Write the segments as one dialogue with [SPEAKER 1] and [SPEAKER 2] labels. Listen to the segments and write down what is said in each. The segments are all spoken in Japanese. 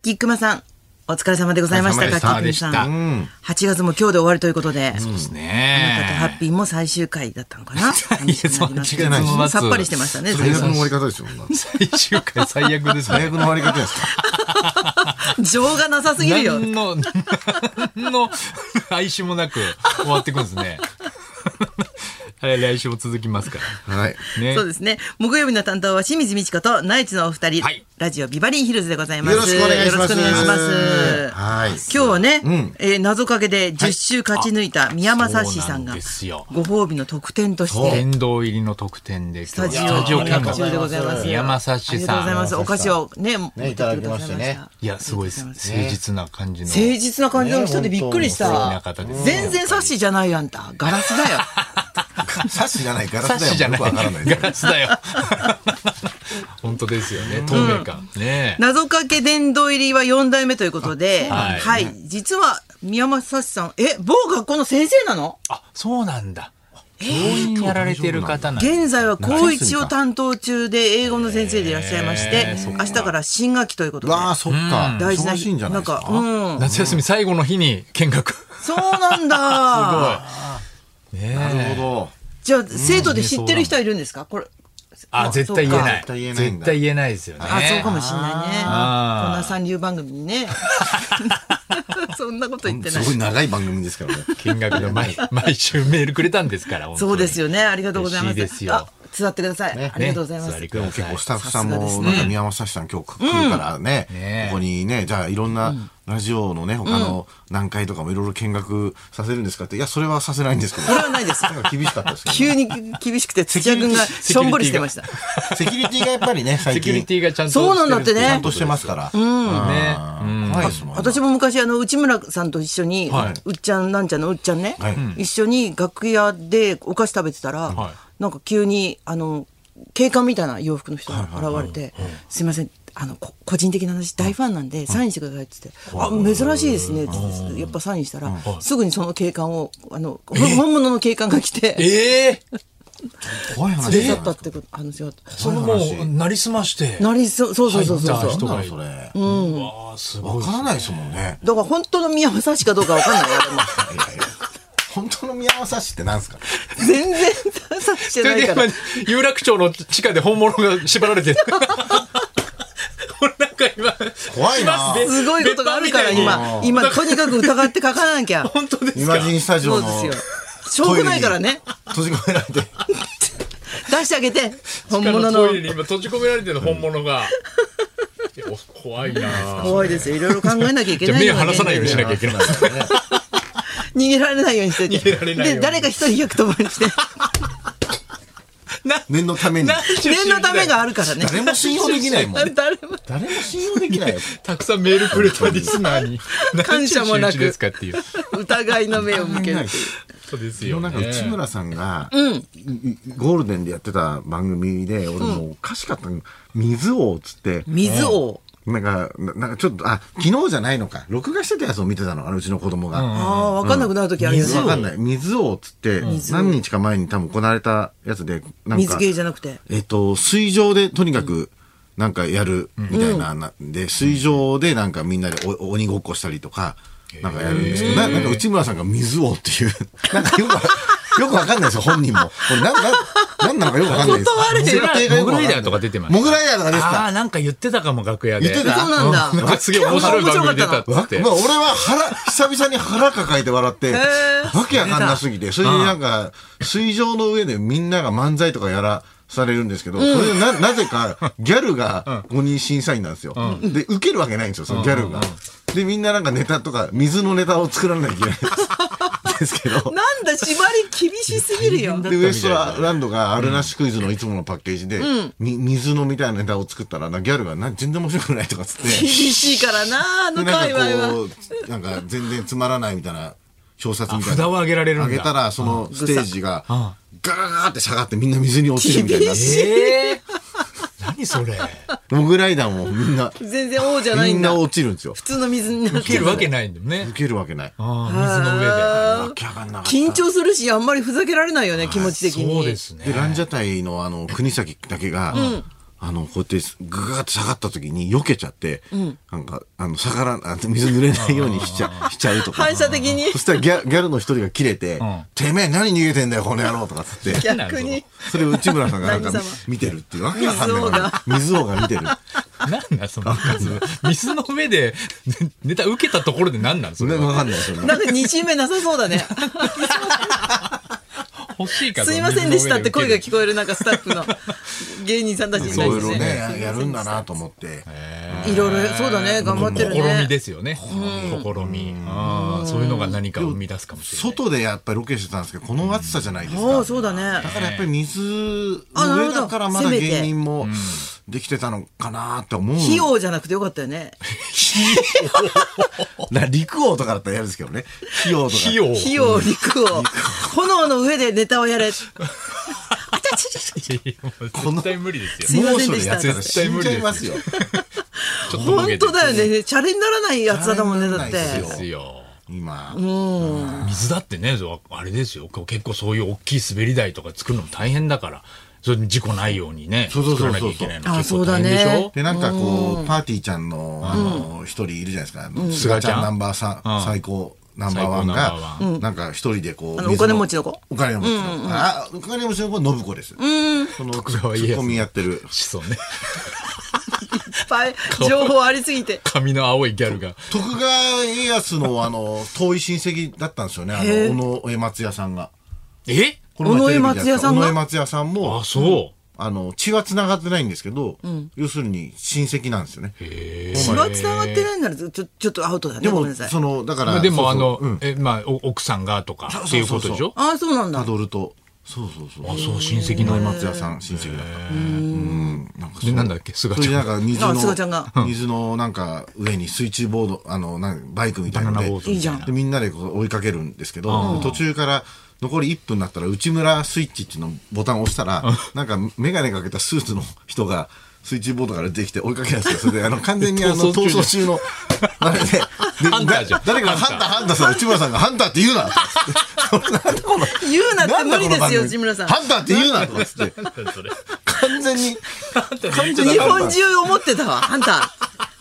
[SPEAKER 1] キックマさん、お疲れ様でございました。キックさん。8月も今日で終わりということで。
[SPEAKER 2] そうですね。
[SPEAKER 1] あなたとハッピーも最終回だったのかな。さっぱりしてましたね。
[SPEAKER 3] 最悪の終わり方ですよ。
[SPEAKER 2] 最終回最悪ですね。
[SPEAKER 3] 最悪の終わり方ですか。
[SPEAKER 1] 情がなさすぎるよ。
[SPEAKER 2] 何の哀愁もなく終わっていくんですね。来週も続きますから。
[SPEAKER 3] はい。
[SPEAKER 1] ね、そうですね。木曜日の担当は清水美智子とナイツのお二人。はい、ラジオビバリーヒルズでございます。
[SPEAKER 3] よろしくお願いします。
[SPEAKER 1] よろしくお願いします。はい。今日はね、謎かけで10週勝ち抜いた宮間さっしーさんがご褒美の特典として
[SPEAKER 2] 殿堂入りの特典で
[SPEAKER 1] スタジオ見学中でございます。
[SPEAKER 2] 宮間さっしーさん。
[SPEAKER 1] ありがとうございます。お菓子をね
[SPEAKER 3] いただきましてね。
[SPEAKER 2] いやすごいです。誠実な感じの。
[SPEAKER 1] 誠実な感じの人でびっくりした。全然さっしーじゃないよあんた。ガラスだよ。
[SPEAKER 3] サッシじゃないガラスだよ。
[SPEAKER 2] じゃない
[SPEAKER 3] わからない。
[SPEAKER 2] ガラスだよ。本当ですよね。透明感ね。
[SPEAKER 1] 謎かけ殿堂入りは4代目ということで、はい。実は宮間さっしさん、某学校の先生なの？
[SPEAKER 2] あ、そうなんだ。教員やられてる方なん
[SPEAKER 1] 現在は高一を担当中で英語の先生でいらっしゃいまして、明日から新学期ということで。
[SPEAKER 3] わあ、そっか。
[SPEAKER 1] 大事な
[SPEAKER 3] 日
[SPEAKER 1] なんか、
[SPEAKER 2] 夏休み最後の日に見学。
[SPEAKER 1] そうなんだ。
[SPEAKER 2] すごい。
[SPEAKER 3] なるほど。
[SPEAKER 1] じゃあ生徒で知ってる人いるんですか？これ。
[SPEAKER 2] あ、絶対言えない。絶対言えないですよね。
[SPEAKER 1] あ、そうかもしれないね。こんな三流番組にね。そんなこと言ってない。
[SPEAKER 3] すごい長い番組ですからね。
[SPEAKER 2] 見学の毎週メールくれたんですから。
[SPEAKER 1] そうですよね。ありがとうございます。
[SPEAKER 2] 嬉しいですよ。
[SPEAKER 1] 座ってください。ありがとうございます。
[SPEAKER 3] でも結構スタッフさんもなんか宮間さっしさん今日来るからね、ここにね、じゃあいろんなラジオのね他の何回とかもいろいろ見学させるんですかって、いやそれはさせないんですけど。
[SPEAKER 1] それはないです。
[SPEAKER 3] なんか厳しかったですけど。
[SPEAKER 1] 急に厳しくて土屋君がしょんぼりしてました。
[SPEAKER 3] セキュリティがやっぱりね最近。
[SPEAKER 2] セキュリティがちゃんと
[SPEAKER 1] そうなんだってね。
[SPEAKER 3] ちゃんとしてますから。
[SPEAKER 2] ね。
[SPEAKER 3] 怖いですもん。
[SPEAKER 1] 私も昔内村さんと一緒にうっちゃんなんちゃんのうっちゃんね、一緒に楽屋でお菓子食べてたら、なんか急に警官みたいな洋服の人が現れて、すいません、個人的な話大ファンなんでサインしてくださいって言って、珍しいですねってやっぱサインしたら、すぐにその警官を本物の警官が来て
[SPEAKER 3] 怖い話
[SPEAKER 1] 連れ去ったって話があった。
[SPEAKER 2] そのもうなりすまして
[SPEAKER 1] そう
[SPEAKER 3] 人が
[SPEAKER 2] それ。
[SPEAKER 3] すごい。わからないですもんね。
[SPEAKER 1] だから本当の宮間さっしかどうかわかんないわ。
[SPEAKER 3] 本当の宮間さっしってなんですか？
[SPEAKER 1] 全然さっしじゃないから。
[SPEAKER 2] 有楽町の地下で本物が縛られてる。これなんか今
[SPEAKER 3] 怖いな。
[SPEAKER 1] すごいことがあるから今とにかく疑って書かなきゃ。
[SPEAKER 2] 本当ですか？
[SPEAKER 3] イマジンスタジオの
[SPEAKER 1] しょうがないからね。
[SPEAKER 3] 閉じ込められて
[SPEAKER 1] 出してあげて。本物の
[SPEAKER 2] トイレに今閉じ込められてる本物が。怖いな。
[SPEAKER 1] 怖いですよ。いろいろ考えなきゃいけない。
[SPEAKER 2] 目を離さないようにしなきゃいけない。
[SPEAKER 1] 逃げられないようにしてて。で誰か一人100飛ばにして。
[SPEAKER 3] 念のために。
[SPEAKER 1] 念のためがあるからね。
[SPEAKER 3] 誰も信用できないもん。誰も信用できないよ。
[SPEAKER 2] たくさんメールくれたリスナーに
[SPEAKER 1] 感謝もなく
[SPEAKER 2] ですかっていう
[SPEAKER 1] 疑いの目を向ける。
[SPEAKER 2] そうですよね。
[SPEAKER 3] なんか内村さんがゴールデンでやってた番組で、俺もおかしかったの。水王っつって。
[SPEAKER 1] 水王。
[SPEAKER 3] なんかちょっと昨日じゃないのか、録画してたやつを見てたの、うちの子供が。
[SPEAKER 1] 分かんなくなる時あるよね。
[SPEAKER 3] わかんない。水王っつって何日か前に多分行われたやつで、なんか
[SPEAKER 1] 水系じゃなくて
[SPEAKER 3] 水上でとにかくなんかやるみたいなで、水上でなんかみんなで鬼ごっこしたりとかなんかやるんですけど、なんか内村さんが水王っていうなんかよくわかんないですよ、本人も。これなんなのかよくわかんないです。
[SPEAKER 2] モグライダーとか出てました。
[SPEAKER 3] モグライダーとかですか？
[SPEAKER 2] ああ、なんか言ってたかも、楽屋で。
[SPEAKER 3] 言ってた？
[SPEAKER 1] そうなんだ。
[SPEAKER 2] なんかすげえ面白い番組出たっつって。
[SPEAKER 3] 俺は久々に腹抱えて笑って、わけわかんなすぎて、それでなんか、水上の上でみんなが漫才とかやらされるんですけど、それでなぜかギャルが5人審査員なんですよ。で、受けるわけないんですよ、そのギャルが。で、みんななんかネタとか、水のネタを作らなきゃいけないですけど。
[SPEAKER 1] なんだ、縛り厳しすぎるよ。
[SPEAKER 3] で、ウエストランドがあるなしクイズのいつものパッケージで、水のみたいなネタを作ったら、ギャルが全然面白くないとかつって。
[SPEAKER 1] 厳しいからな、界隈は。
[SPEAKER 3] なんか全然つまらないみたいな、小説みたいな。
[SPEAKER 2] 札を上げられるんだ。
[SPEAKER 3] 上げたら、そのステージが、ガーって下がってみんな水に落ちるみたいになって。
[SPEAKER 2] 何それ。
[SPEAKER 3] モグライダーもみんな。
[SPEAKER 1] 全然王じゃないんだ。
[SPEAKER 3] みんな落ちるんですよ。
[SPEAKER 1] 普通の水になってる。
[SPEAKER 2] 受けるわけないんだよね。
[SPEAKER 3] 受けるわけない。
[SPEAKER 2] 水の上で。
[SPEAKER 1] 緊張するし、あんまりふざけられないよね、気持ち的に。
[SPEAKER 2] そうですね。
[SPEAKER 3] で、ランジャタイの国崎だけが、 こうやってグガーって下がった時に避けちゃって、なんか水濡れないようにしちゃうとか。
[SPEAKER 1] 反射的に。
[SPEAKER 3] そしたらギャルの一人が切れて、てめえ何逃げてんだよこの野郎とかっつって。
[SPEAKER 1] 逆に。
[SPEAKER 3] それを内村さんがなんか見てるっていうわけわかんない。水王が見てる。
[SPEAKER 2] なんだその水の上でネタ受けたところで何なのそれ。
[SPEAKER 3] わかんない。
[SPEAKER 1] なんかにじめなさそうだね。
[SPEAKER 2] 欲しいか
[SPEAKER 1] すいませんでしたって声が聞こえるなんかスタッフの芸人さんたちに
[SPEAKER 3] そういうのねやるんだなと思って、
[SPEAKER 1] いろいろそうだね頑張ってるね。
[SPEAKER 2] 試みですよね。試み。そういうのが何か生み出すかもしれない。
[SPEAKER 3] 外でやっぱりロケしてたんですけどこの暑さじゃないですか。
[SPEAKER 1] そうだね。
[SPEAKER 3] だからやっぱり水の上だからまだ芸人もできてたのかなって思う。
[SPEAKER 1] 費用じゃなくてよかったよね。
[SPEAKER 3] 陸王とかだったらやるんですけどね。費用とか。
[SPEAKER 1] 費用陸王。炎の上でネタをやれ。
[SPEAKER 2] 絶対無理ですよ。
[SPEAKER 1] すいませんでした。
[SPEAKER 3] 絶対無理ですよ。
[SPEAKER 1] 本当だよね。チャレにならないやつだもんねだって。
[SPEAKER 2] ですよ。
[SPEAKER 3] 今
[SPEAKER 2] 水だってねあれですよ。結構そういう大きい滑り台とか作るのも大変だから。それに事故ないようにね作らなきゃいけないの結構大変でしょ。
[SPEAKER 3] でなんかこうパーティーちゃんの一人いるじゃないですか。菅ちゃんナンバー3最高ナンバーワンがなんか一人でこう
[SPEAKER 1] お金持ちの子。
[SPEAKER 3] お金持ちのお金持ちの子信子です。そのツッコミやってる
[SPEAKER 2] 子孫ね。
[SPEAKER 1] いっぱい情報ありすぎて。
[SPEAKER 2] 髪の青いギャルが
[SPEAKER 3] 徳川家康の遠い親戚だったんですよね。尾上松也さんが。
[SPEAKER 1] 尾上松也さんが。
[SPEAKER 3] 尾上松也さんも。
[SPEAKER 2] あ、そう。
[SPEAKER 3] 血は繋がってないんですけど、要するに親戚なんですよね。
[SPEAKER 1] 血は繋がってないならちょっとアウトだね。
[SPEAKER 3] でも、
[SPEAKER 1] だ
[SPEAKER 3] から。
[SPEAKER 2] でも奥さんがとかっていうことでしょ。
[SPEAKER 1] あ、そうなんだ。
[SPEAKER 3] たどると。そう
[SPEAKER 2] あ、そう親戚の
[SPEAKER 3] 松也さん親戚だった。
[SPEAKER 2] でなんだっけ菅ちゃん。
[SPEAKER 3] なんか水のなんか上に水中ボードバイクみたいなので
[SPEAKER 1] いいじゃん。
[SPEAKER 3] でみんなで追いかけるんですけど、途中から残り1分になったら内村スイッチっていうのボタンを押したらなんか眼鏡かけたスーツの人が水中ボードから出てきて追いかけるんですよ。それで完全に逃走中のあれで誰かがハンターさん内村さんがハンターって言うな
[SPEAKER 1] 言うなって無理ですよ内村さん。
[SPEAKER 3] ハンターって言うなとかつって完全に
[SPEAKER 1] 日本中思ってたわハンター。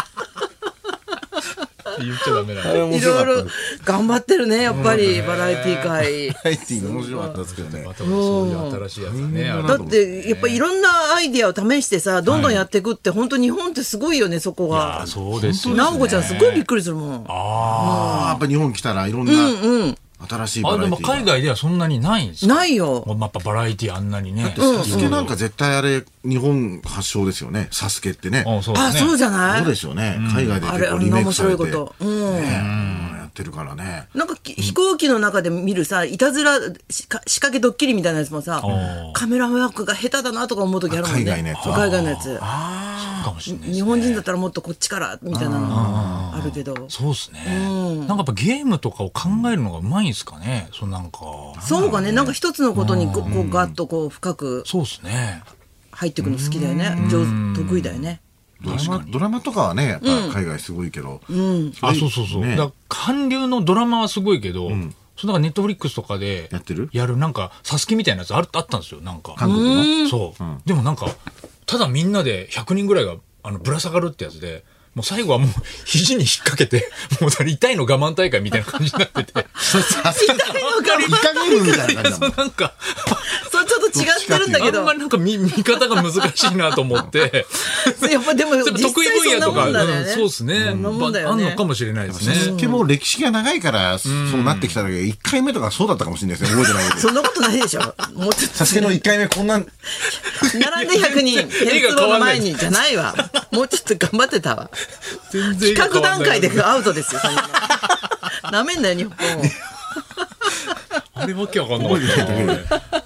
[SPEAKER 2] 言っちゃダメだ。
[SPEAKER 1] いろいろ頑張ってるねやっぱりバラエティ界。
[SPEAKER 3] バラエティ面白かったですけどね。
[SPEAKER 2] そういう新しいやつね。
[SPEAKER 1] だってやっぱいろんなアイディアを試してさどんどんやっていくって本当日本ってすごいよねそこが。
[SPEAKER 2] そうですよ。
[SPEAKER 1] 直子ちゃんすごいびっくりするもん。
[SPEAKER 3] やっぱ日本来たらいろんな新しいバラエティ
[SPEAKER 2] でも海外ではそんなにないんですか。
[SPEAKER 1] ないよ。
[SPEAKER 2] やっぱバラエティあんなにね。
[SPEAKER 3] サスケなんか絶対あれ日本発祥ですよね。サスケってね。
[SPEAKER 1] あ、そうじゃない。
[SPEAKER 3] そうですよね。海外で結構リメイクされてやってるからね。
[SPEAKER 1] なんか飛行機の中で見るさいたずら仕掛けドッキリみたいなやつもさカメラワークが下手だなとか思う時あるもんね。海外のやつ。日本人だったらもっとこっちからみたいなのあるけど。
[SPEAKER 2] そうですね。なんかやっぱゲームとかを考えるのがうまいんですかね。
[SPEAKER 1] そうかね。なんか一つのことにこうガッとこう深く
[SPEAKER 2] そうですね
[SPEAKER 1] 入ってくるの好きだよね。得意だよね。
[SPEAKER 3] ドラマとかはねやっぱ海外すごいけど。
[SPEAKER 2] あ、そう。韓流のドラマはすごいけど、そのネットフリックスとかでやるなんかサスケみたいなやつあったんですよ。なんか
[SPEAKER 3] 韓国の。
[SPEAKER 2] そう。でもなんかただみんなで100人ぐらいがぶら下がるってやつで。もう最後はもう肘に引っ掛けて、もう痛いの我慢大会みたいな感じになってて。
[SPEAKER 1] 痛いの我慢
[SPEAKER 3] イカゲームみたいな感じだもん。
[SPEAKER 2] なんか、
[SPEAKER 1] そうちょっと違ってるんだけど。
[SPEAKER 2] あんまりなんか見方が難しいなと思って。
[SPEAKER 1] やっぱでも
[SPEAKER 2] 得意分野とか、そうですね。あん
[SPEAKER 1] の
[SPEAKER 2] かもしれないですね。
[SPEAKER 3] サスケも歴史が長いからそうなってきただけど、1回目とかそうだったかもしれないですね。覚えてないけど。
[SPEAKER 1] そんなことないでしょ。もうちょっと。
[SPEAKER 3] サスケの1回目こんな。
[SPEAKER 1] 並んで100人、鉄道の前にじゃないわ。もうちょっと頑張ってたわ。企画段階でアウトですよ。なめんなよ日本。
[SPEAKER 2] あれわけわかんない。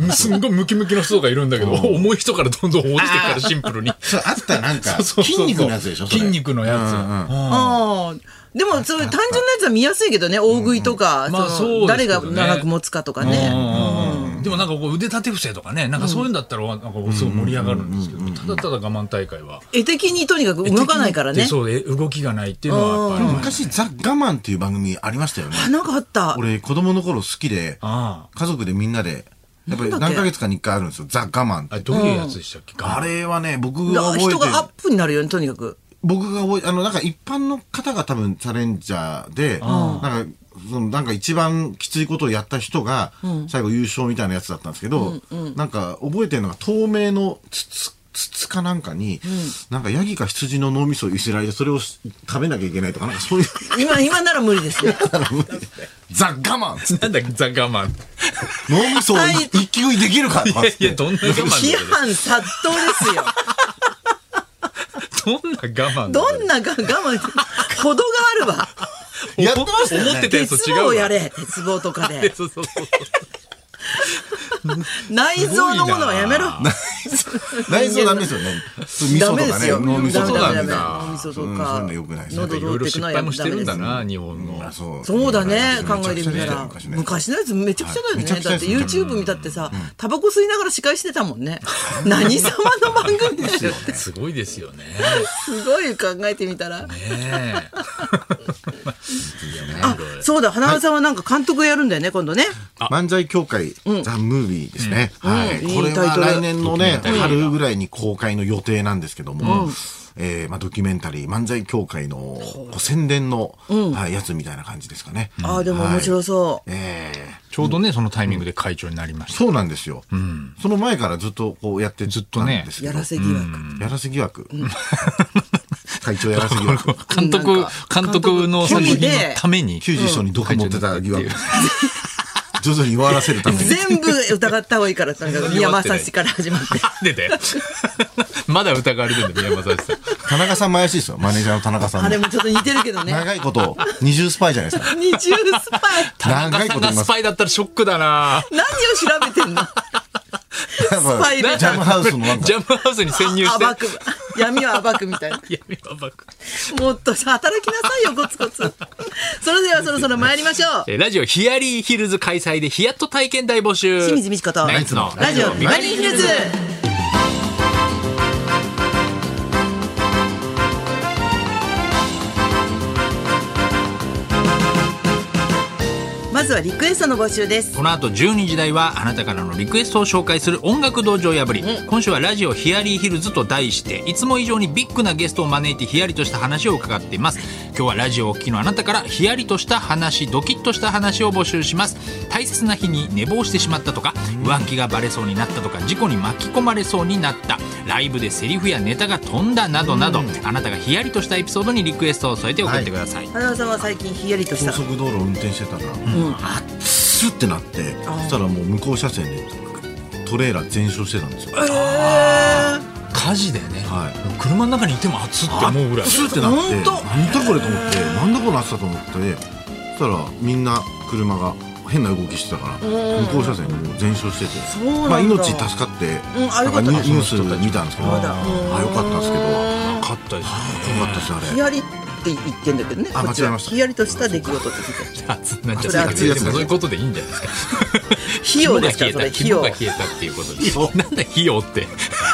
[SPEAKER 2] すんごいムキムキの人がいるんだけど、重い人からどんどん落ちてからシンプルに。
[SPEAKER 3] そうあったなんか筋肉のやつでしょ。
[SPEAKER 2] 筋肉のやつ。
[SPEAKER 1] でもそういう単純なやつは見やすいけどね。大食いとか、誰が長く持つかとかね。
[SPEAKER 2] でもなんかこう腕立て伏せとかね、なんかそういうんだったらなんかすごい盛り上がるんですけど、ただただ我慢大会は
[SPEAKER 1] 絵的にとにかく動かないからね。
[SPEAKER 2] そう動きがないっていうのはやっぱり
[SPEAKER 3] 昔ザ・我慢っていう番組ありましたよね。
[SPEAKER 1] なんかあった。
[SPEAKER 3] 俺子供の頃好きで家族でみんなでやっぱり何ヶ月かに1回あるんですよ。ザ・我慢って。
[SPEAKER 2] どういうやつでしたっけ？
[SPEAKER 3] あれはね、僕が覚えてる。
[SPEAKER 1] 人がアップになるよね、とにかく。
[SPEAKER 3] 僕が覚え、なんか一般の方が多分チャレンジャーで、なんか一番きついことをやった人が、最後優勝みたいなやつだったんですけど、なんか覚えてるのが透明の筒かなんかに、なんかヤギか羊の脳みそをいせられて、それを食べなきゃいけないとか、なんかそういう。
[SPEAKER 1] 今なら無理ですよ。
[SPEAKER 3] ザ・我慢
[SPEAKER 2] なんだザ・我慢。
[SPEAKER 3] 脳みそを一気食いできるかとか。
[SPEAKER 2] いや、どんな我慢だ
[SPEAKER 1] 批判殺到ですよ。
[SPEAKER 2] どんな我慢
[SPEAKER 1] どんな我慢ほどがあるわ。
[SPEAKER 3] やってましたよね。
[SPEAKER 2] 思ってたやつと
[SPEAKER 1] 鉄
[SPEAKER 2] 違うわ。
[SPEAKER 1] 棒やれ、鉄棒とかで。
[SPEAKER 2] そう
[SPEAKER 1] 内臓のものはやめろ。
[SPEAKER 3] 内臓ダメですよね。味噌とかね、脳みそとか。
[SPEAKER 1] ダメ脳みそとか。
[SPEAKER 3] そういうの良くないですね。
[SPEAKER 2] いろいろ失敗もしてるんだな、日本の。
[SPEAKER 1] そうだね、考えてみたら。昔のやつめちゃくちゃだよね。だって YouTube 見たってさ、タバコ吸いながら司会してたもんね。何様の番組だよって。
[SPEAKER 2] すごいですよね。
[SPEAKER 1] すごい考えてみたら。
[SPEAKER 2] ね
[SPEAKER 1] あ、そうだ、花輪さんはなんか監督やるんだよね、今度ね。
[SPEAKER 3] 漫才協会ザ・ムービーですね。はい。これは来年のね、春ぐらいに公開の予定なんですけども、ドキュメンタリー、漫才協会の宣伝のやつみたいな感じですかね。
[SPEAKER 1] ああ、でも面白そう。
[SPEAKER 2] ちょうどね、そのタイミングで会長になりました。
[SPEAKER 3] そうなんですよ。その前からずっとこうやってずっとね、
[SPEAKER 1] やらせ疑惑。
[SPEAKER 3] やらせ疑惑。会長やらせ疑惑。
[SPEAKER 2] 監督の作品のために。
[SPEAKER 3] 90章に毒持ってた疑惑。徐々に弱らせるために。
[SPEAKER 1] 全部疑った方がいいから、とにかく宮正氏から始まって。
[SPEAKER 2] 出て。ま疑われてるんだ、宮正氏さん。
[SPEAKER 3] 田中さんも怪しいですよ、マネージャーの田中さん。
[SPEAKER 1] あれもちょっと似てるけどね。
[SPEAKER 3] 長いこと、二重スパイじゃないですか。
[SPEAKER 1] 二重スパイ。
[SPEAKER 2] 田中さんがスパイだったらショックだな。
[SPEAKER 1] 何を調べてんの？スパイで。
[SPEAKER 3] ジャムハウスのなんか。
[SPEAKER 2] ジャムハウスに潜入して。
[SPEAKER 1] 暴く。闇を暴くみたいな。
[SPEAKER 2] 闇を暴く。
[SPEAKER 1] もっと働きなさいよ、コツコツ。それではそろそろ参りましょう。
[SPEAKER 2] ラジオヒヤリーヒルズ開催でヒヤッと体験大募集。
[SPEAKER 1] 清水美智子と
[SPEAKER 2] ナイツの
[SPEAKER 1] ラジオビバリーヒルズ。まずはリクエストの募集です。
[SPEAKER 2] この後12時台はあなたからのリクエストを紹介する音楽道場破り、今週はラジオヒヤリーヒルズと題していつも以上にビッグなゲストを招いてヒヤリとした話を伺っています。今日はラジオをお聞きのあなたからヒヤリとした話、ドキッとした話を募集します。大切な日に寝坊してしまったとか、浮気がバレそうになったとか、事故に巻き込まれそうになった、ライブでセリフやネタが飛んだなどなど、あなたがヒヤリとしたエピソードにリクエストを添えて送ってください。
[SPEAKER 1] 花輪さんは最近ヒヤリとした
[SPEAKER 3] 高速道路を運転してたら、熱ってなって、そしたらもう向こう車線でトレーラー全焼してたんですよ。
[SPEAKER 2] 火事でね、車の中にいても熱って思うぐらい
[SPEAKER 3] 熱ってなって、なんだこれと思って、なんだこの熱さと思って、そしたらみんな車が変な動きしてたから、向こう車線にもう全焼してて、命助かって、なんかニュース見たんですけど、よかったんですけど、
[SPEAKER 2] よかったですね。
[SPEAKER 3] よかったですあれ。
[SPEAKER 1] ヒヤリって言ってんだけどね。
[SPEAKER 3] 間違えました。
[SPEAKER 1] ヒヤリとした出来事って聞いて。
[SPEAKER 2] 熱くなっちゃったけど、でもそういうことでいいんじゃないですか。
[SPEAKER 1] 費用ですか、それ。
[SPEAKER 2] 費用が消えたっていうことで。なんだ費用って。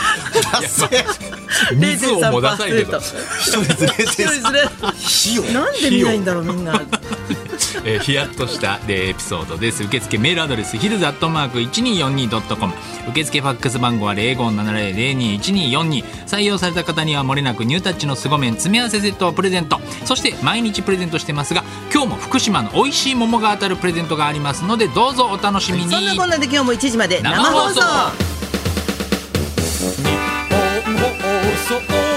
[SPEAKER 2] 水をも出さないけど。
[SPEAKER 1] 一人ずれ。なんで見ないんだろうみんな。
[SPEAKER 2] ヒヤッとしたエピソードです。受付メールアドレスヒルズ@1242.com、受付ファックス番号は 0570021242。採用された方にはもれなくニュータッチの凄麺詰め合わせセットをプレゼント。そして毎日プレゼントしてますが、今日も福島の美味しい桃が当たるプレゼントがありますので、どうぞお楽しみに。
[SPEAKER 1] そんなこんなで今日も1時まで生放送。日本放送